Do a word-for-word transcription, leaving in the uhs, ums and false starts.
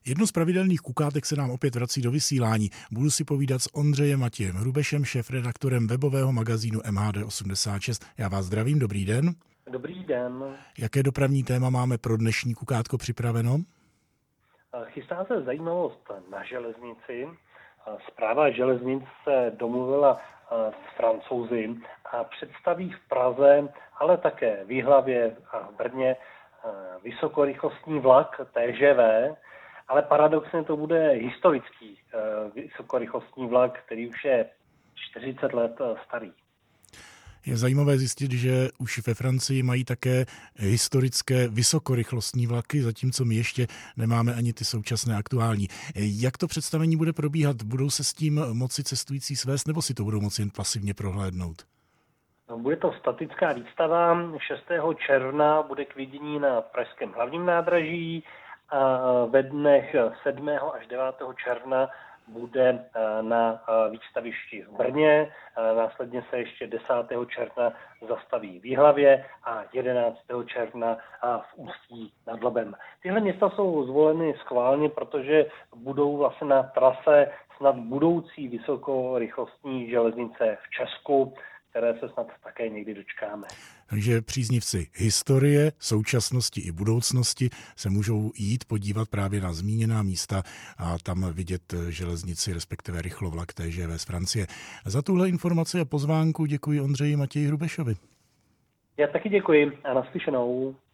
Jedno z pravidelných kukátek se nám opět vrací do vysílání. Budu si povídat s Ondřejem Matějem Hrubešem, šéfredaktorem webového magazínu M H D osmdesát šest. Já vás zdravím, dobrý den. Dobrý den. Jaké dopravní téma máme pro dnešní kukátko připraveno? Chystá se zajímavost na železnici. Správa železnic se domluvila s Francouzi a představí v Praze, ale také v Jihlavě a v Brně vysokorychlostní vlak T Ž V, ale paradoxně to bude historický vysokorychlostní vlak, který už je čtyřicet let starý. Je zajímavé zjistit, že už ve Francii mají také historické vysokorychlostní vlaky, zatímco my ještě nemáme ani ty současné aktuální. Jak to představení bude probíhat? Budou se s tím moci cestující svést, nebo si to budou moci jen pasivně prohlédnout? Bude to statická výstava. šestého června bude k vidění na pražském hlavním nádraží a ve dnech sedmého až devátého června bude na výstavišti v Brně, následně se ještě desátého června zastaví v Jihlavě a jedenáctého června v Ústí nad Labem. Tyhle města jsou zvoleny schválně, protože budou vlastně na trase snad budoucí vysokorychlostní železnice v Česku, které se snad také někdy dočkáme. Takže příznivci historie, současnosti i budoucnosti se můžou jít podívat právě na zmíněná místa a tam vidět železnici, respektive rychlovlak T Ž V z Francie. Za tuhle informaci a pozvánku děkuji Ondřeji Matěji Hrubešovi. Já taky děkuji a naslyšenou.